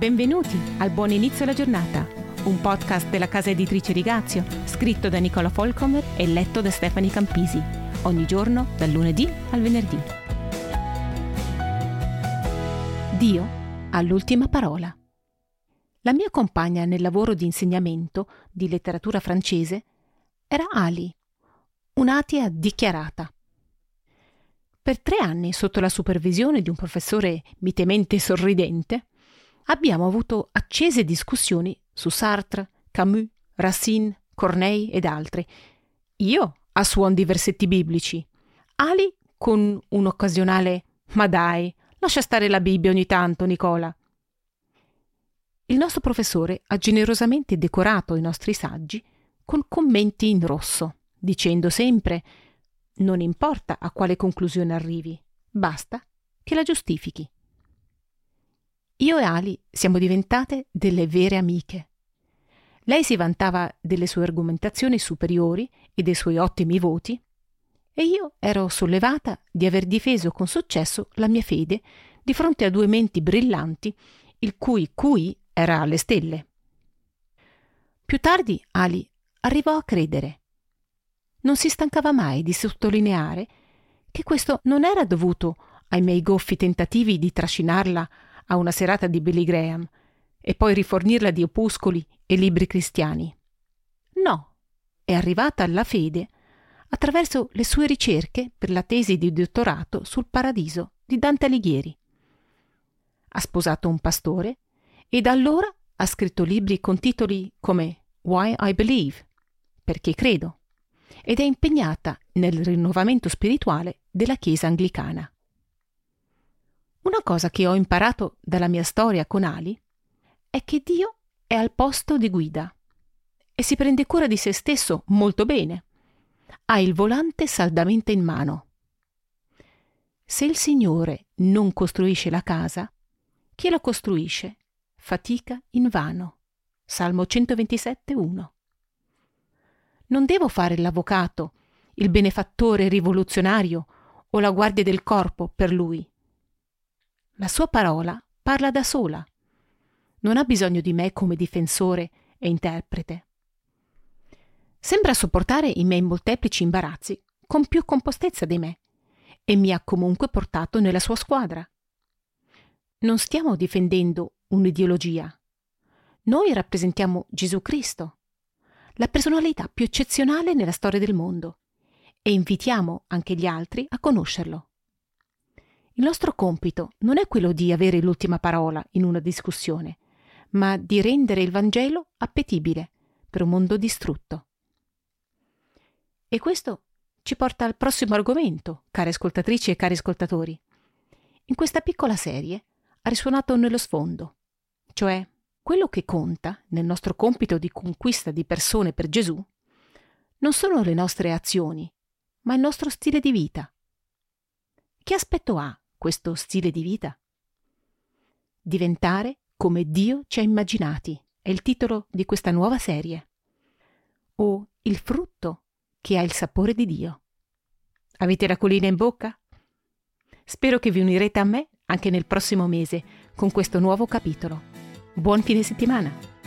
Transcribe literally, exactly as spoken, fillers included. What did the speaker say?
Benvenuti al Buon Inizio alla Giornata, un podcast della casa editrice Rigazio, scritto da Nicola Folcomer e letto da Stefani Campisi, ogni giorno dal lunedì al venerdì. Dio ha l'ultima parola. La mia compagna nel lavoro di insegnamento di letteratura francese era Ali, un'atea dichiarata. Per tre anni, sotto la supervisione di un professore mitemente sorridente, abbiamo avuto accese discussioni su Sartre, Camus, Racine, Corneille ed altri. Io a suon di versetti biblici, Ali con un occasionale «Ma dai, lascia stare la Bibbia ogni tanto, Nicola». Il nostro professore ha generosamente decorato i nostri saggi con commenti in rosso, dicendo sempre «Non importa a quale conclusione arrivi, basta che la giustifichi». Io e Ali siamo diventate delle vere amiche. Lei si vantava delle sue argomentazioni superiori e dei suoi ottimi voti, e io ero sollevata di aver difeso con successo la mia fede di fronte a due menti brillanti, il cui cui era alle stelle. Più tardi Ali arrivò a credere. Non si stancava mai di sottolineare che questo non era dovuto ai miei goffi tentativi di trascinarla a una serata di Billy Graham e poi rifornirla di opuscoli e libri cristiani. No, è arrivata alla fede attraverso le sue ricerche per la tesi di dottorato sul Paradiso di Dante Alighieri. Ha sposato un pastore e da allora ha scritto libri con titoli come Why I Believe, perché credo, ed è impegnata nel rinnovamento spirituale della Chiesa anglicana. Una cosa che ho imparato dalla mia storia con Ali è che Dio è al posto di guida e si prende cura di se stesso molto bene. Ha il volante saldamente in mano. Se il Signore non costruisce la casa, chi la costruisce fatica invano. Salmo centoventisette uno. Non devo fare l'avvocato, il benefattore rivoluzionario o la guardia del corpo per lui. La sua parola parla da sola. Non ha bisogno di me come difensore e interprete. Sembra sopportare i miei molteplici imbarazzi con più compostezza di me e mi ha comunque portato nella sua squadra. Non stiamo difendendo un'ideologia. Noi rappresentiamo Gesù Cristo, la personalità più eccezionale nella storia del mondo, e invitiamo anche gli altri a conoscerlo. Il nostro compito non è quello di avere l'ultima parola in una discussione, ma di rendere il Vangelo appetibile per un mondo distrutto. E questo ci porta al prossimo argomento, care ascoltatrici e cari ascoltatori. In questa piccola serie ha risuonato nello sfondo, cioè quello che conta nel nostro compito di conquista di persone per Gesù non sono le nostre azioni, ma il nostro stile di vita. Che aspetto ha questo stile di vita? Diventare come Dio ci ha immaginati è il titolo di questa nuova serie. O il frutto che ha il sapore di Dio. Avete l'acquolina in bocca? Spero che vi unirete a me anche nel prossimo mese con questo nuovo capitolo. Buon fine settimana!